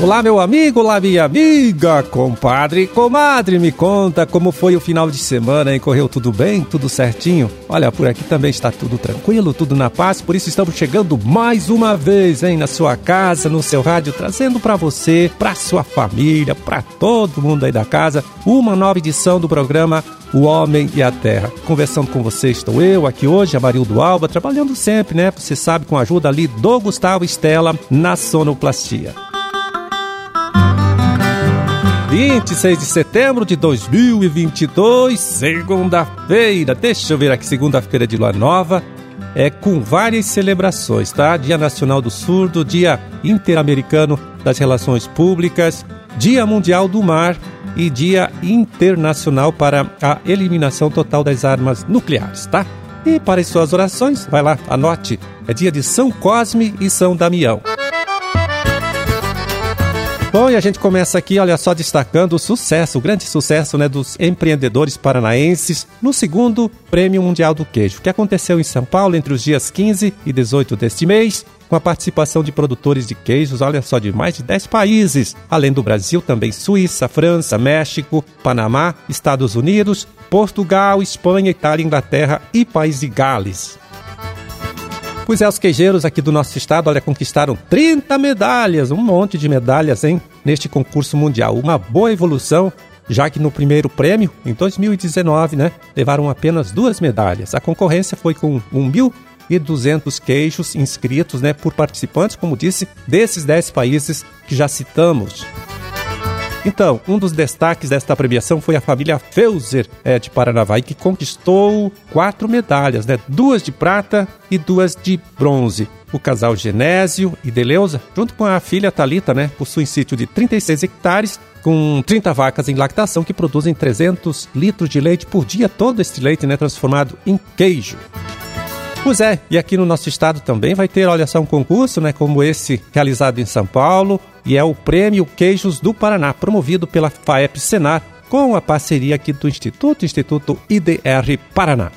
Olá, meu amigo, olá, minha amiga, compadre, comadre, me conta como foi o final de semana, hein? Correu tudo bem? Tudo certinho? Olha, por aqui também está tudo tranquilo, tudo na paz, por isso estamos chegando mais uma vez, hein? Na sua casa, no seu rádio, trazendo para você, para sua família, para todo mundo aí da casa, uma nova edição do programa O Homem e a Terra. Conversando com você estou eu aqui hoje, Amarildo Alba, trabalhando sempre, né? Você sabe, com a ajuda ali do Gustavo Estela na sonoplastia. 26 de setembro de 2022, segunda-feira. Deixa eu ver aqui, segunda-feira de lua nova. Com várias celebrações, tá? Dia Nacional do Surdo, Dia Interamericano das Relações Públicas, Dia Mundial do Mar e Dia Internacional para a Eliminação Total das Armas Nucleares, tá? E para as suas orações, vai lá, anote. É dia de São Cosme e São Damião. Bom, e a gente começa aqui, olha só, destacando o sucesso, o grande sucesso, né, dos empreendedores paranaenses no segundo Prêmio Mundial do Queijo, que aconteceu em São Paulo entre os dias 15 e 18 deste mês, com a participação de produtores de queijos, olha só, de mais de 10 países, além do Brasil, também Suíça, França, México, Panamá, Estados Unidos, Portugal, Espanha, Itália, Inglaterra e País de Gales. Pois os queijeiros aqui do nosso estado, olha, conquistaram 30 medalhas, um monte de medalhas, hein, neste concurso mundial. Uma boa evolução, já que no primeiro prêmio, em 2019, né, levaram apenas 2 medalhas. A concorrência foi com 1.200 queijos inscritos, né, por participantes, como disse, desses 10 países que já citamos. Então, um dos destaques desta premiação foi a família Felser de Paranavaí, que conquistou 4 medalhas, né? 2 de prata e 2 de bronze. O casal Genésio e Deleuza, junto com a filha Thalita, né, possuem sítio de 36 hectares, com 30 vacas em lactação que produzem 300 litros de leite por dia, todo este leite, né, transformado em queijo. Pois é, e aqui no nosso estado também vai ter, olha só, um concurso, né, como esse realizado em São Paulo, e é o Prêmio Queijos do Paraná, promovido pela FAEP-Senar, com a parceria aqui do Instituto IDR Paraná.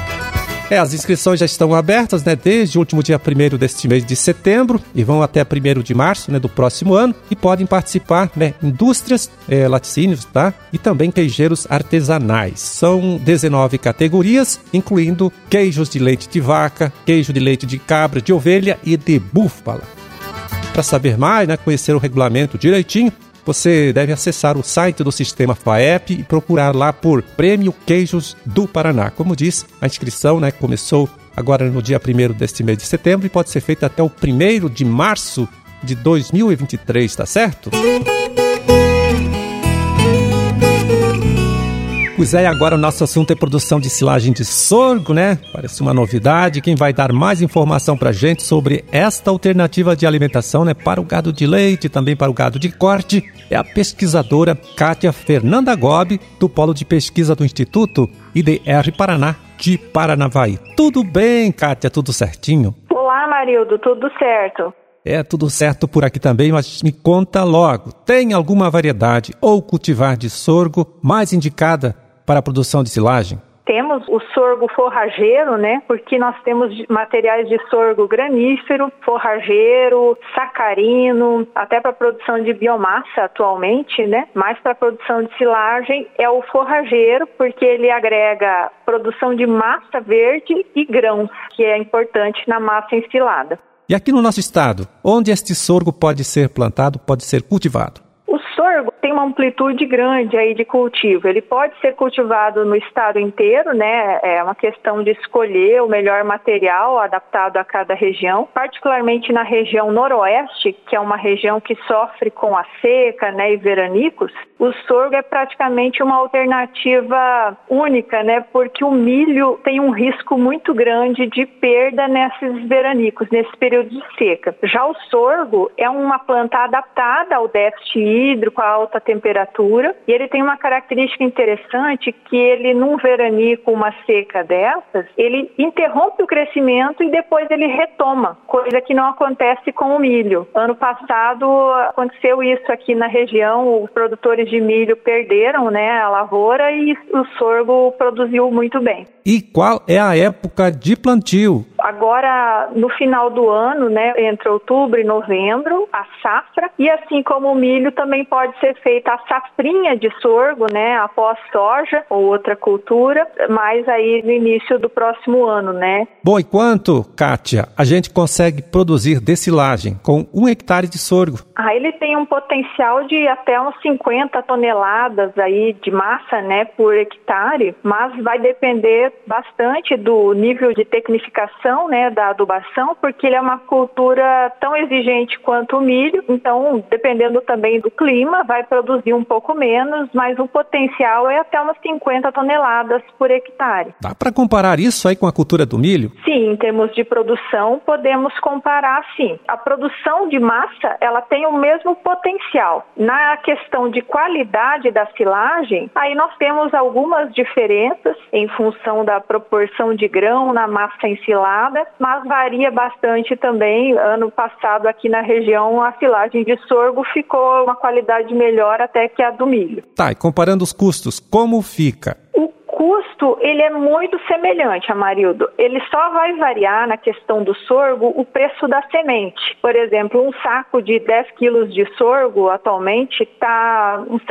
As inscrições já estão abertas, né, desde o último dia 1º deste mês de setembro e vão até 1º de março, né, do próximo ano, e podem participar, né, indústrias, laticínios, tá? E também queijeiros artesanais. São 19 categorias, incluindo queijos de leite de vaca, queijo de leite de cabra, de ovelha e de búfala. Para saber mais, né, conhecer o regulamento direitinho, você deve acessar o site do Sistema FAEP e procurar lá por Prêmio Queijos do Paraná. Como diz, a inscrição, né, começou agora no dia 1º deste mês de setembro e pode ser feita até o 1º de março de 2023, tá certo? Pois é, agora o nosso assunto é produção de silagem de sorgo, né? Parece uma novidade. Quem vai dar mais informação pra gente sobre esta alternativa de alimentação, né, para o gado de leite e também para o gado de corte, é a pesquisadora Kátia Fernanda Gobi, do Polo de Pesquisa do Instituto IDR Paraná, de Paranavaí. Tudo bem, Kátia? Tudo certinho? Olá, Marildo, tudo certo? Tudo certo por aqui também, mas me conta logo, tem alguma variedade ou cultivar de sorgo mais indicada para a produção de silagem? Temos o sorgo forrageiro, né? Porque nós temos materiais de sorgo granífero, forrageiro, sacarino, até para produção de biomassa atualmente, né? Mas para produção de silagem é o forrageiro, porque ele agrega produção de massa verde e grãos, que é importante na massa ensilada. E aqui no nosso estado, onde este sorgo pode ser plantado, pode ser cultivado? O sorgo tem uma amplitude grande aí de cultivo. Ele pode ser cultivado no estado inteiro, né? É uma questão de escolher o melhor material adaptado a cada região, particularmente na região noroeste, que é uma região que sofre com a seca, né, e veranicos. O sorgo é praticamente uma alternativa única, né? Porque o milho tem um risco muito grande de perda nesses veranicos, nesse período de seca. Já o sorgo é uma planta adaptada ao déficit hídrico, alta temperatura, e ele tem uma característica interessante que ele, num veranico, uma seca dessas, ele interrompe o crescimento e depois ele retoma, coisa que não acontece com o milho. Ano passado aconteceu isso aqui na região, os produtores de milho perderam, né, a lavoura e o sorgo produziu muito bem. E qual é a época de plantio? Agora, no final do ano, né, entre outubro e novembro, a safra, e assim como o milho também pode ser feita a safrinha de sorgo, né, após soja ou outra cultura, mas aí no início do próximo ano, né. Bom, e quanto, Kátia, a gente consegue produzir de silagem com 1 hectare de sorgo? Ele tem um potencial de até uns 50 toneladas aí de massa, né, por hectare, mas vai depender bastante do nível de tecnificação, né, da adubação, porque ele é uma cultura tão exigente quanto o milho, então, dependendo também do clima, vai produzir um pouco menos, mas o potencial é até umas 50 toneladas por hectare. Dá para comparar isso aí com a cultura do milho? Sim, em termos de produção, podemos comparar sim. A produção de massa, ela tem o mesmo potencial. Na questão de qualidade da silagem, aí nós temos algumas diferenças em função da proporção de grão na massa ensilada, mas varia bastante também. Ano passado, aqui na região, a silagem de sorgo ficou uma qualidade melhor até que a do milho. Tá, e comparando os custos, como fica? O custo, ele é muito semelhante, Amarildo. Ele só vai variar na questão do sorgo o preço da semente. Por exemplo, um saco de 10 quilos de sorgo atualmente está uns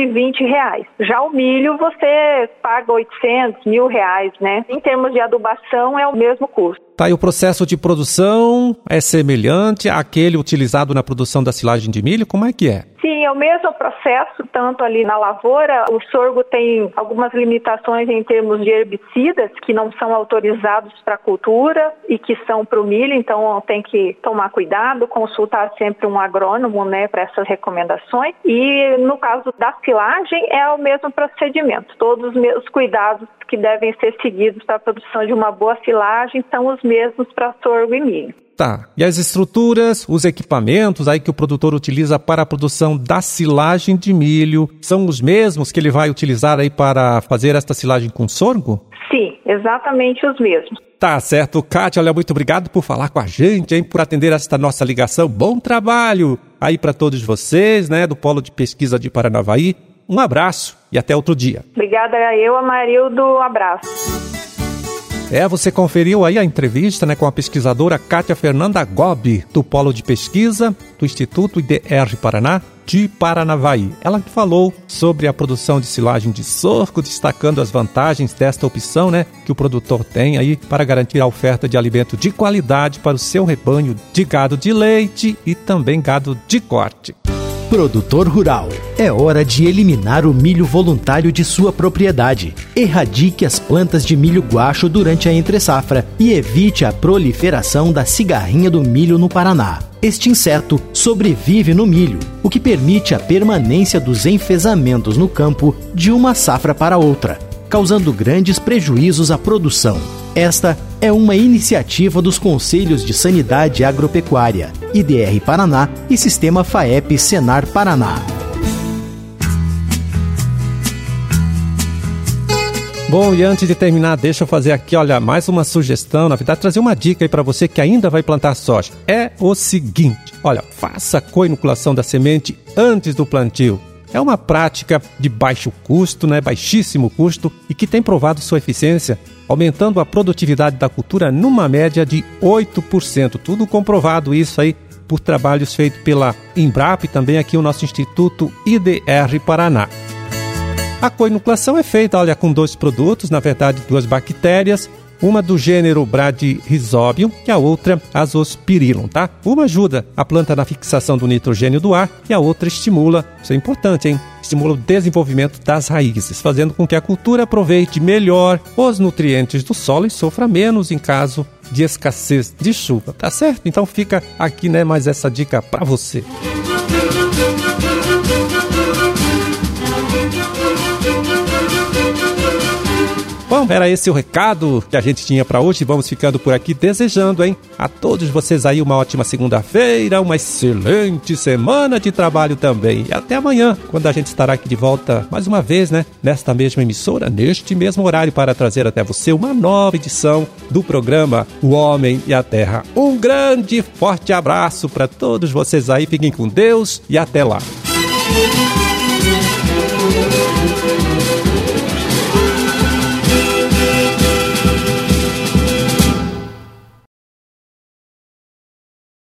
R$320. Já o milho você paga R$800, R$1.000, né? Em termos de adubação é o mesmo custo. Tá, e o processo de produção é semelhante àquele utilizado na produção da silagem de milho? Como é que é? Sim, é o mesmo processo, tanto ali na lavoura. O sorgo tem algumas limitações em termos de herbicidas que não são autorizados para a cultura e que são para o milho, então tem que tomar cuidado, consultar sempre um agrônomo, né, para essas recomendações. E no caso da silagem é o mesmo procedimento. Todos os cuidados que devem ser seguidos para a produção de uma boa silagem são os mesmos para sorgo e milho. Tá, e as estruturas, os equipamentos aí que o produtor utiliza para a produção da silagem de milho são os mesmos que ele vai utilizar aí para fazer esta silagem com sorgo? Sim, exatamente os mesmos. Tá certo, Kátia, olha, muito obrigado por falar com a gente, hein, por atender esta nossa ligação. Bom trabalho aí para todos vocês, né, do Polo de Pesquisa de Paranavaí. Um abraço e até outro dia. Obrigada eu, Amarildo, um abraço. Você conferiu aí a entrevista, né, com a pesquisadora Kátia Fernanda Gobi, do Polo de Pesquisa do Instituto IDR Paraná de Paranavaí. Ela falou sobre a produção de silagem de sorgo, destacando as vantagens desta opção, né, que o produtor tem aí para garantir a oferta de alimento de qualidade para o seu rebanho de gado de leite e também gado de corte. Produtor rural, é hora de eliminar o milho voluntário de sua propriedade. Erradique as plantas de milho guacho durante a entre-safra e evite a proliferação da cigarrinha do milho no Paraná. Este inseto sobrevive no milho, o que permite a permanência dos enfezamentos no campo de uma safra para outra, causando grandes prejuízos à produção. Esta é uma iniciativa dos Conselhos de Sanidade Agropecuária, IDR Paraná e Sistema FAEP Senar Paraná. Bom, e antes de terminar, deixa eu fazer aqui, olha, mais uma sugestão, na verdade, trazer uma dica aí para você que ainda vai plantar soja. É o seguinte, olha, faça a co-inoculação da semente antes do plantio. É uma prática de baixo custo, né, baixíssimo custo, e que tem provado sua eficiência, aumentando a produtividade da cultura numa média de 8%. Tudo comprovado isso aí por trabalhos feitos pela Embrapa e também aqui o nosso Instituto IDR Paraná. A co-inoculação é feita, olha, com 2 produtos, na verdade 2 bactérias, uma do gênero Bradyrhizobium e a outra Azospirillum, tá? Uma ajuda a planta na fixação do nitrogênio do ar e a outra estimula, isso é importante, hein? Estimula o desenvolvimento das raízes, fazendo com que a cultura aproveite melhor os nutrientes do solo e sofra menos em caso de escassez de chuva, tá certo? Então fica aqui, né, mais essa dica para você. Bom, era esse o recado que a gente tinha para hoje. Vamos ficando por aqui desejando, a todos vocês aí uma ótima segunda-feira, uma excelente semana de trabalho também. E até amanhã, quando a gente estará aqui de volta mais uma vez, nesta mesma emissora, neste mesmo horário, para trazer até você uma nova edição do programa O Homem e a Terra. Um grande, forte abraço para todos vocês aí. Fiquem com Deus e até lá.